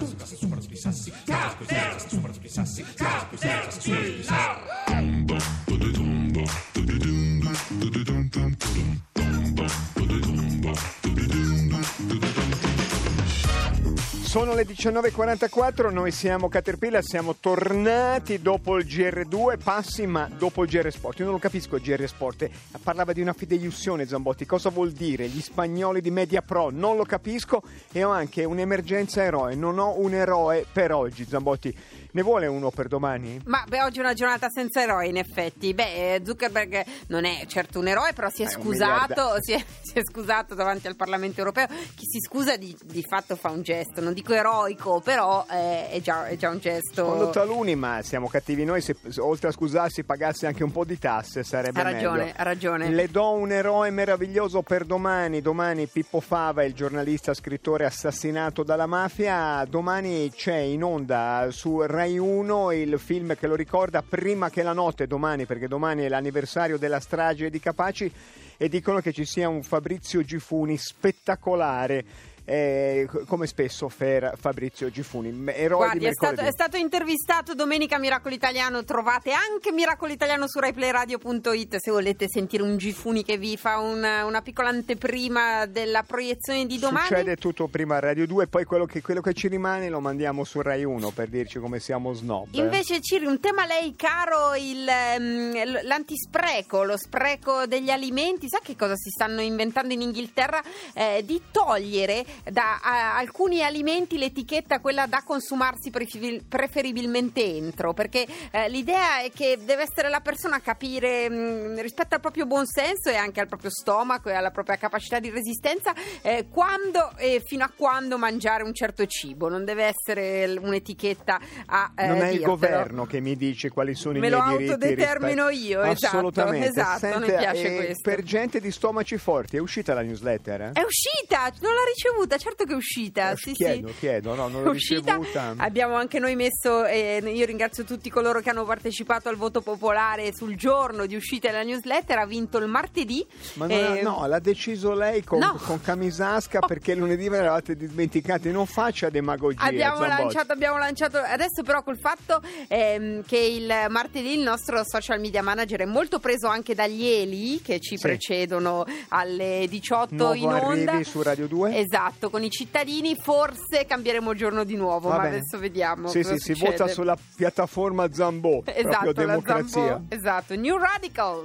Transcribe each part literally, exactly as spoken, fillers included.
Sono le diciannove e quarantaquattro, noi siamo Caterpillar, siamo tornati dopo il G R due, passi ma dopo il G R Sport. Io non lo capisco il G R Sport, parlava di una fideiussione Zambotti, cosa vuol dire? Gli spagnoli di Media Pro, non lo capisco e ho anche un'emergenza eroe, non ho un eroe per oggi Zambotti. Ne vuole uno per domani? Ma beh, oggi è una giornata senza eroi in effetti. Beh, Zuckerberg non è certo un eroe, però si è, è scusato si è, si è scusato davanti al Parlamento europeo. Chi si scusa di, di fatto fa un gesto, non dico eroico, però eh, è, già, è già un gesto. Secondo taluni, ma siamo cattivi noi, se oltre a scusarsi pagasse anche un po' di tasse sarebbe ha ragione, meglio. Ha ragione. Le do un eroe meraviglioso per domani. Domani Pippo Fava, il giornalista scrittore assassinato dalla mafia. Domani c'è in onda su Rai uno il film che lo ricorda prima che la notte, domani, perché domani è l'anniversario della strage di Capaci e dicono che ci sia un Fabrizio Gifuni spettacolare. Eh, come spesso per Fabrizio Gifuni, eroe Guardi, di è stato, mercoledì. è stato intervistato domenica a Miracolo Italiano. Trovate anche Miracolo Italiano su rai play radio punto it se volete sentire un Gifuni che vi fa una, una piccola anteprima della proiezione di domani. Succede tutto prima a Radio due, poi quello che, quello che ci rimane lo mandiamo su Rai uno per dirci come siamo snob. Invece Ciri, un tema a lei caro, il, um, l'antispreco, lo spreco degli alimenti. Sa che cosa si stanno inventando in Inghilterra? Eh, di togliere da a, alcuni alimenti l'etichetta quella da consumarsi preferibil- preferibilmente entro, perché eh, l'idea è che deve essere la persona a capire mh, rispetto al proprio buonsenso e anche al proprio stomaco e alla propria capacità di resistenza eh, quando e fino a quando mangiare un certo cibo. Non deve essere un'etichetta a eh, non è il dirtelo. Governo che mi dice quali sono Me i miei diritti. Me lo autodetermino rispetto... io, assolutamente. esatto, esatto. Sente, mi piace eh, questo. Per gente di stomaci forti è uscita la newsletter? Eh? È uscita, non l'ha ricevuta, certo che è uscita. Eh, sì, chiedo, sì. chiedo, no, non l'ho uscita. ricevuta. Abbiamo anche noi messo, eh, io ringrazio tutti coloro che hanno partecipato al voto popolare sul giorno di uscita della newsletter. Ha vinto il martedì. Ma non, eh, no, l'ha deciso lei con, no. con Camisasca oh. perché lunedì ve l'avete dimenticati. Non faccia demagogia. Abbiamo Zambotti. lanciato, abbiamo lanciato adesso però col fatto ehm, che il martedì il nostro social media manager è molto preso anche dagli eli che ci sì. precedono alle diciotto Nuovo in onda. Arrivi su Radio due. Esatto, con i cittadini forse cambieremo giorno di nuovo, Va ma bene. adesso vediamo. Sì, cosa sì, succede. si vota sulla piattaforma Zambò, Esatto, proprio democrazia. la Zambo, esatto, New Radicals.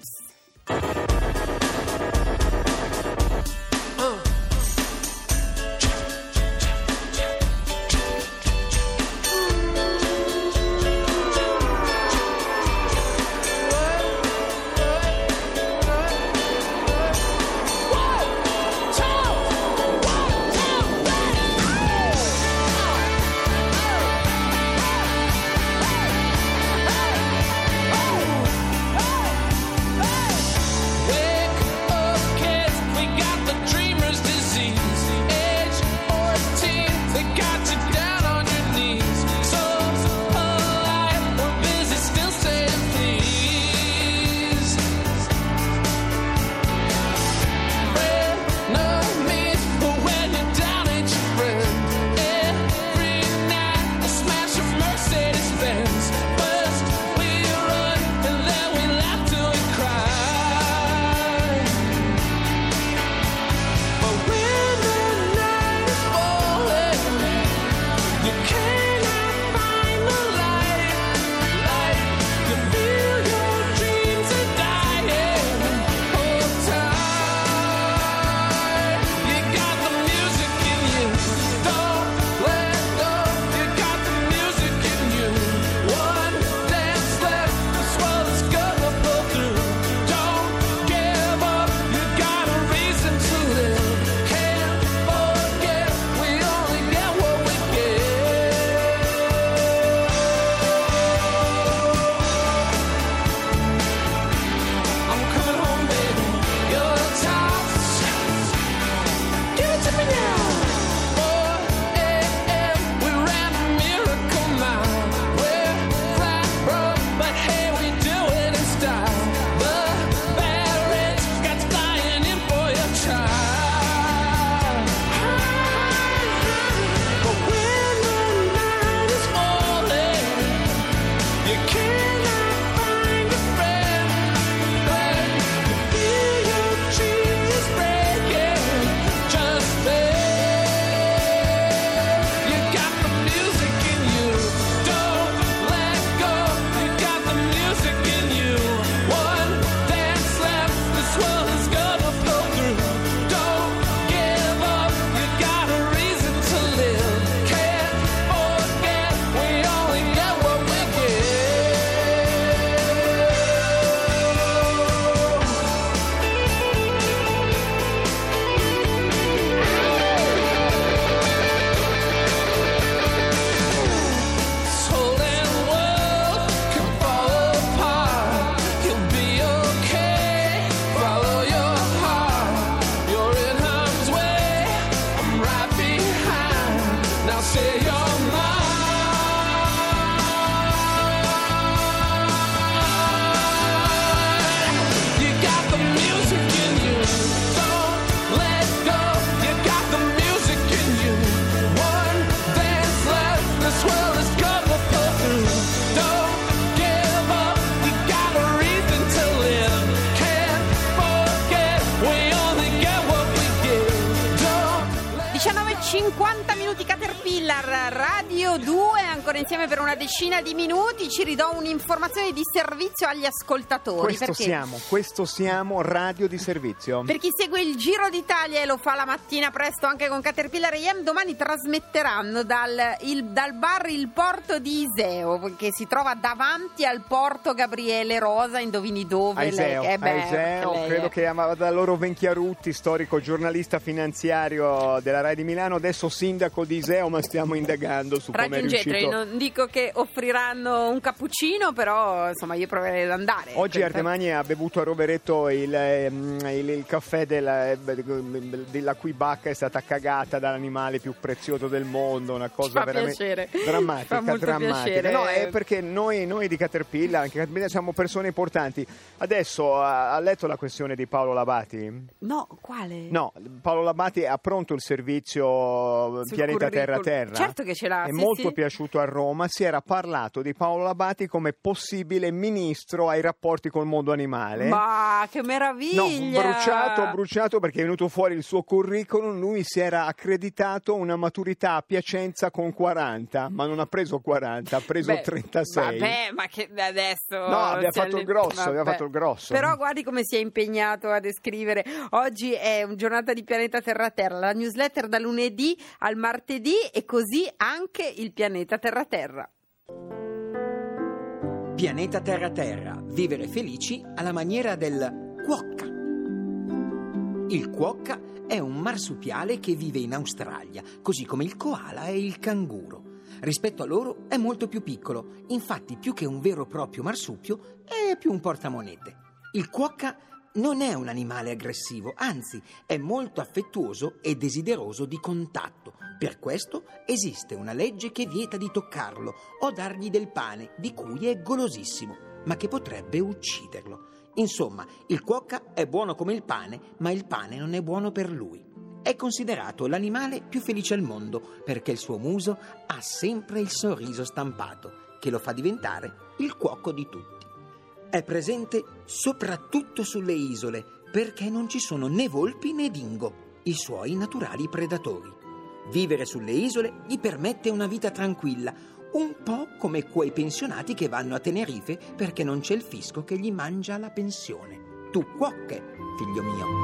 cinquanta minuti Caterpillar, Radio due, ancora insieme per una decina di minuti. Ci ridò un'informazione di servizio agli ascoltatori. Questo perché, siamo, questo siamo radio di servizio. Per chi segue il Giro d'Italia e lo fa la mattina presto anche con Caterpillar A M, domani trasmetteranno dal, il, dal bar Il Porto di Iseo, che si trova davanti al Porto Gabriele Rosa. Indovini dove? A Iseo, lei, eh beh, a Iseo lei credo è... che amava da loro Venchiarutti, storico giornalista finanziario della Rai di Milano, adesso sindaco di Iseo, ma stiamo indagando su come è Raggiungeteli, riuscito. non dico che offriranno un cappuccino, però insomma io proverei ad andare. Oggi Artemagni ha bevuto a Rovereto il, il, il caffè della, della cui bacca è stata cagata dall'animale più prezioso del mondo, una cosa veramente piacere. drammatica, Fa molto drammatica. piacere. No, è perché noi, noi di Caterpillar, anche Caterpillar, siamo persone importanti. Adesso ha, ha letto la questione di Paolo Labati? No, quale? No, Paolo Labati ha pronto il servizio Sul Pianeta Terra curriculum. Terra. Certo che ce l'ha. È sì, molto sì. piaciuto a Roma. Si era parlato di Paolo Labati come possibile ministro ai rapporti col mondo animale. Ma che No, meraviglia! bruciato, bruciato perché è venuto fuori il suo curriculum. Lui si era accreditato una maturità a Piacenza con quaranta, ma non ha preso quaranta, ha preso Beh, trentasei. Vabbè, ma che adesso... No, abbiamo cioè, fatto le- il grosso, vabbè. abbiamo fatto il grosso. Però guardi come si è impegnato a descrivere. Oggi è una giornata di Pianeta Terra Terra, la newsletter da lunedì al martedì e così anche il Pianeta Terra Terra. Pianeta Terra Terra, vivere felici alla maniera del quokka. Il quokka è un marsupiale che vive in Australia, così come il koala e il canguro. Rispetto a loro è molto più piccolo, infatti più che un vero e proprio marsupio è più un portamonete. Il quokka non è un animale aggressivo, anzi è molto affettuoso e desideroso di contatto. Per questo esiste una legge che vieta di toccarlo o dargli del pane, di cui è golosissimo, ma che potrebbe ucciderlo. Insomma, il quokka è buono come il pane, ma il pane non è buono per lui. È considerato l'animale più felice al mondo perché il suo muso ha sempre il sorriso stampato, che lo fa diventare il cuoco di tutti. È presente soprattutto sulle isole perché non ci sono né volpi né dingo, i suoi naturali predatori. Vivere sulle isole gli permette una vita tranquilla, un po' come quei pensionati che vanno a Tenerife perché non c'è il fisco che gli mangia la pensione. Tu cuocche, figlio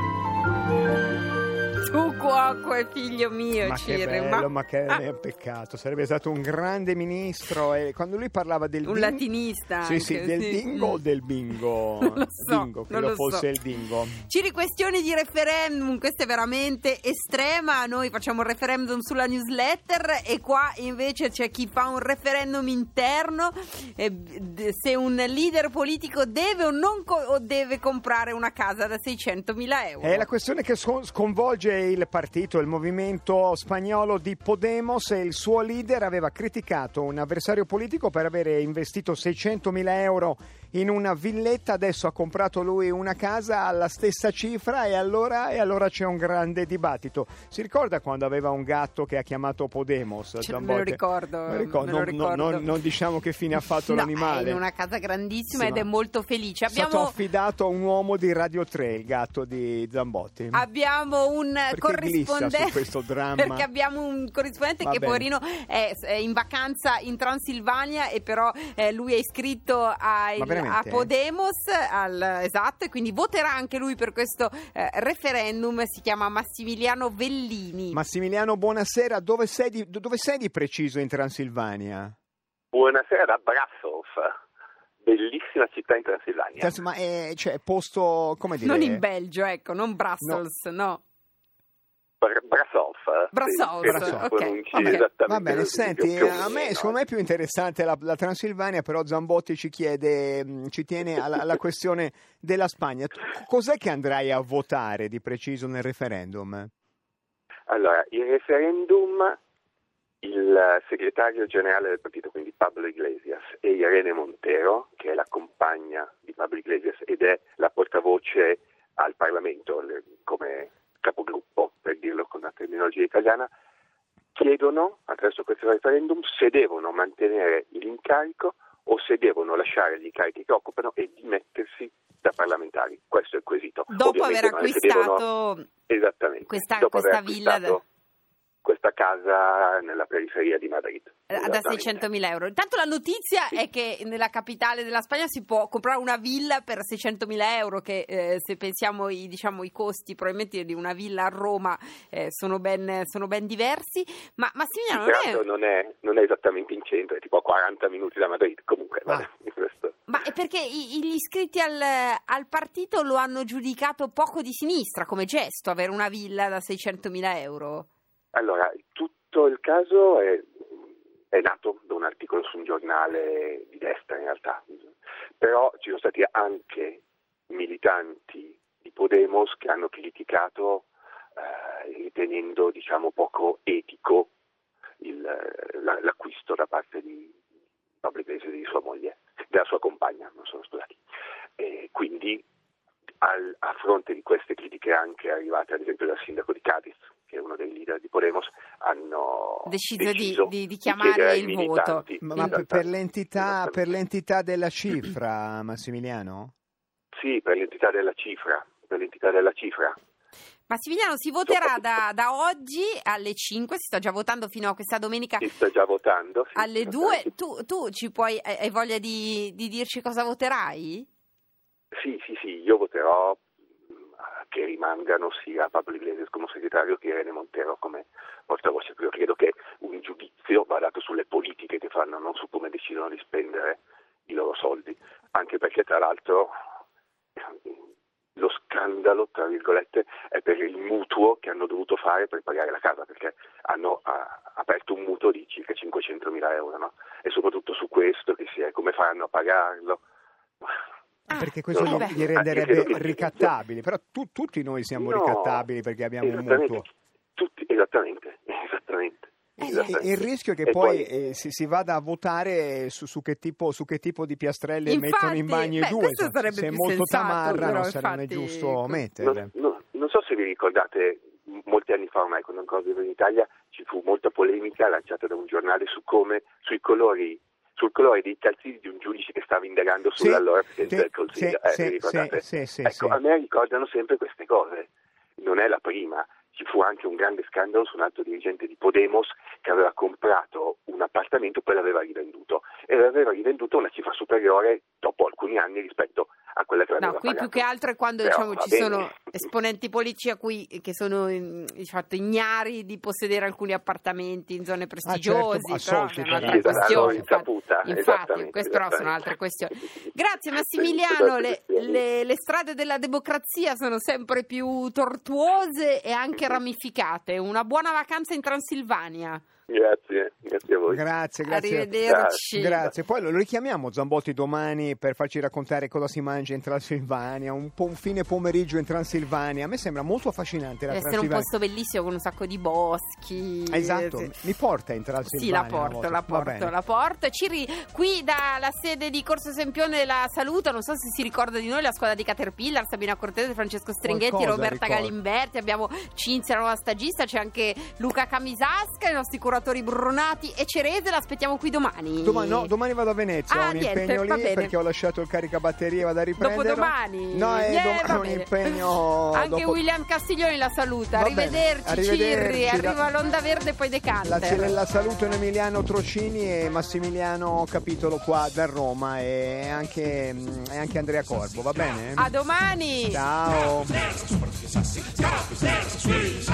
mio. Tu cuoco e figlio mio, Ma che Cire, bello, ma... ma che Ah. peccato, sarebbe stato un grande ministro. E quando lui parlava del Un dingo, latinista sì, sì, anche, del sì. dingo o del bingo? Non lo so, Dingo, non credo lo fosse so. il dingo. Ciri, questioni di referendum, questa è veramente estrema. Noi facciamo un referendum sulla newsletter e qua invece c'è chi fa un referendum interno, eh, d- se un leader politico deve o non co- o deve comprare una casa da seicentomila euro. È la questione che scon- sconvolge il partito, il movimento spagnolo di Podemos, e il suo leader aveva criticato un avversario politico per avere investito seicentomila euro in una villetta. Adesso ha comprato lui una casa alla stessa cifra e allora, e allora c'è un grande dibattito. Si ricorda quando aveva un gatto che ha chiamato Podemos? Cioè, me lo Zambotti? ricordo, Me lo ricordo. me lo Non- ricordo. Non, non- non diciamo che fine ha fatto No, l'animale. è in una casa grandissima Sì, ed ma è molto felice. È stato Abbiamo... affidato a un uomo di Radio tre, il gatto di Zambotti. Abbiamo un Perché glissa corrispondente su questo dramma? perché abbiamo un corrispondente Va che bene. poverino è, è in vacanza in Transilvania e però eh, lui è iscritto a, Ma veramente? a Podemos al, esatto, e quindi voterà anche lui per questo eh, referendum. Si chiama Massimiliano Vellini. Massimiliano, buonasera. Dove sei di, dove sei di preciso in Transilvania? Buonasera da Brasov, bellissima città in Transilvania. Trans- Ma è, cioè, posto, come dire... Non in Belgio, ecco, non Brussels, no. Br- Brasov. Brasov, sì, credo si ok. pronunci Va bene, esattamente va bene, così, senti, più o a me, meno. secondo me è più interessante la, la Transilvania, però Zambotti ci chiede, mh, ci tiene alla, alla questione della Spagna. Tu, cos'è che andrai a votare di preciso nel referendum? Allora, il referendum, il segretario generale del partito, quindi Pablo Iglesias, e Irene Montero, che è la compagna di Pablo Iglesias ed è la portavoce al Parlamento le- come capogruppo, per dirlo con la terminologia italiana, chiedono attraverso questo referendum se devono mantenere l'incarico o se devono lasciare gli incarichi che occupano e dimettersi da parlamentari. Questo è il quesito. Dopo Ovviamente aver non è che devono- acquistato Esattamente. questa, Dopo questa aver villa... acquistato questa casa nella periferia di Madrid. Da seicentomila euro. Intanto la notizia sì. è che nella capitale della Spagna si può comprare una villa per seicentomila euro, che eh, se pensiamo i, diciamo, i costi probabilmente di una villa a Roma eh, sono, ben, sono ben diversi. Ma Massimiliano non è... non è non è esattamente in centro, è tipo a quaranta minuti da Madrid, comunque. Ah. Vabbè, questo. Ma è perché i, gli iscritti al, al partito lo hanno giudicato poco di sinistra come gesto, avere una villa da seicentomila euro? Allora, tutto il caso è, è nato da un articolo su un giornale di destra in realtà, però ci sono stati anche militanti di Podemos che hanno criticato eh, ritenendo diciamo poco etico il, la, l'acquisto da parte di Pablo Iglesias e di sua moglie, della sua compagna, non sono scusati. E quindi al, a fronte di queste critiche anche arrivate ad esempio dal sindaco di Cadiz, che è uno dei leader di Podemos, hanno deciso, deciso di, di, di chiamare il voto. Ma, ma per, l'entità, per l'entità della cifra, Massimiliano? Sì, per l'entità della cifra, per l'entità della cifra. Massimiliano, si voterà da, da oggi alle cinque, si sta già votando fino a questa domenica. Si sta già votando. Sì, alle due, tu, tu ci puoi, hai voglia di, di dirci cosa voterai? Sì, sì, sì, io voterò che rimangano sia Pablo Iglesias come segretario che Irene Montero come portavoce. Io credo che un giudizio va dato sulle politiche che fanno, non su come decidono di spendere i loro soldi, anche perché tra l'altro lo scandalo, tra virgolette, è per il mutuo che hanno dovuto fare per pagare la casa, perché hanno a, aperto un mutuo di circa cinquecentomila euro, no? E soprattutto su questo che si è come faranno a pagarlo. Ah, perché questo no, gli renderebbe ricattabili, però tu, tutti noi siamo no, ricattabili perché abbiamo un mutuo. Tutti, esattamente, esattamente. E, e il rischio è che poi, poi eh, si, si vada a votare su, su, che tipo, su che tipo di piastrelle infatti, mettono in bagno beh, i due. Se è molto sensato, tamarra però, non sarebbe infatti, giusto metterle. Non, no, non so se vi ricordate, molti anni fa ormai, quando ancora vivevo in Italia, ci fu molta polemica lanciata da un giornale su come, sui colori sul colore dei calzini di un giudice che stava indagando sull'allora sì, Presidente sì, del Consiglio. Sì, eh, sì, ricordate? Sì, sì, ecco, sì. A me ricordano sempre queste cose. Non è la prima. Ci fu anche un grande scandalo su un altro dirigente di Podemos che aveva comprato un appartamento, poi l'aveva rivenduto. E l'aveva rivenduto a una cifra superiore dopo alcuni anni rispetto a quella che aveva no, qui pagato. Più che altro è quando Però, diciamo, ci bene. sono esponenti politici a cui, che sono di fatto ignari di possedere alcuni appartamenti in zone prestigiose, ah, certo, però è un'altra sì, questione. Insaputa, infatti, infatti queste però sono altre questioni. Grazie Massimiliano, le, le, le strade della democrazia sono sempre più tortuose e anche ramificate. Una buona vacanza in Transilvania. Grazie, grazie a voi. Grazie, grazie. Arrivederci. Grazie. Poi lo richiamiamo Zambotti domani per farci raccontare cosa si mangia in Transilvania, un po' un fine pomeriggio in Transilvania. A me sembra molto affascinante la Deve Transilvania. Deve essere un posto bellissimo con un sacco di boschi. Esatto, sì. Mi porta in Transilvania. Sì, la porto, la porto, la porto. Ciri, qui dalla sede di Corso Sempione la saluta, non so se si ricorda di noi, la squadra di Caterpillar, Sabina Cortese, Francesco Stringhetti, Qualcosa Roberta ricordo. Galimberti, abbiamo Cinzia, la nuova stagista, c'è anche Luca Camisasca, i nostri curatori Brunati e Cerese. L'aspettiamo qui domani. Domani, no, domani vado a Venezia, ah, ho un niente, impegno lì perché ho lasciato il caricabatterie e vado a riprenderlo. Dopodomani. No, è yeah, dom- un impegno. Anche dopo... William Castiglioni la saluta. Va Arrivederci, Arrivederci Cirri. la... Arriva l'Onda Verde e poi Decanter. La, la salutano Emiliano Trocini e Massimiliano Capitolo qua da Roma e anche, e anche Andrea Corbo, va bene? A domani. Ciao.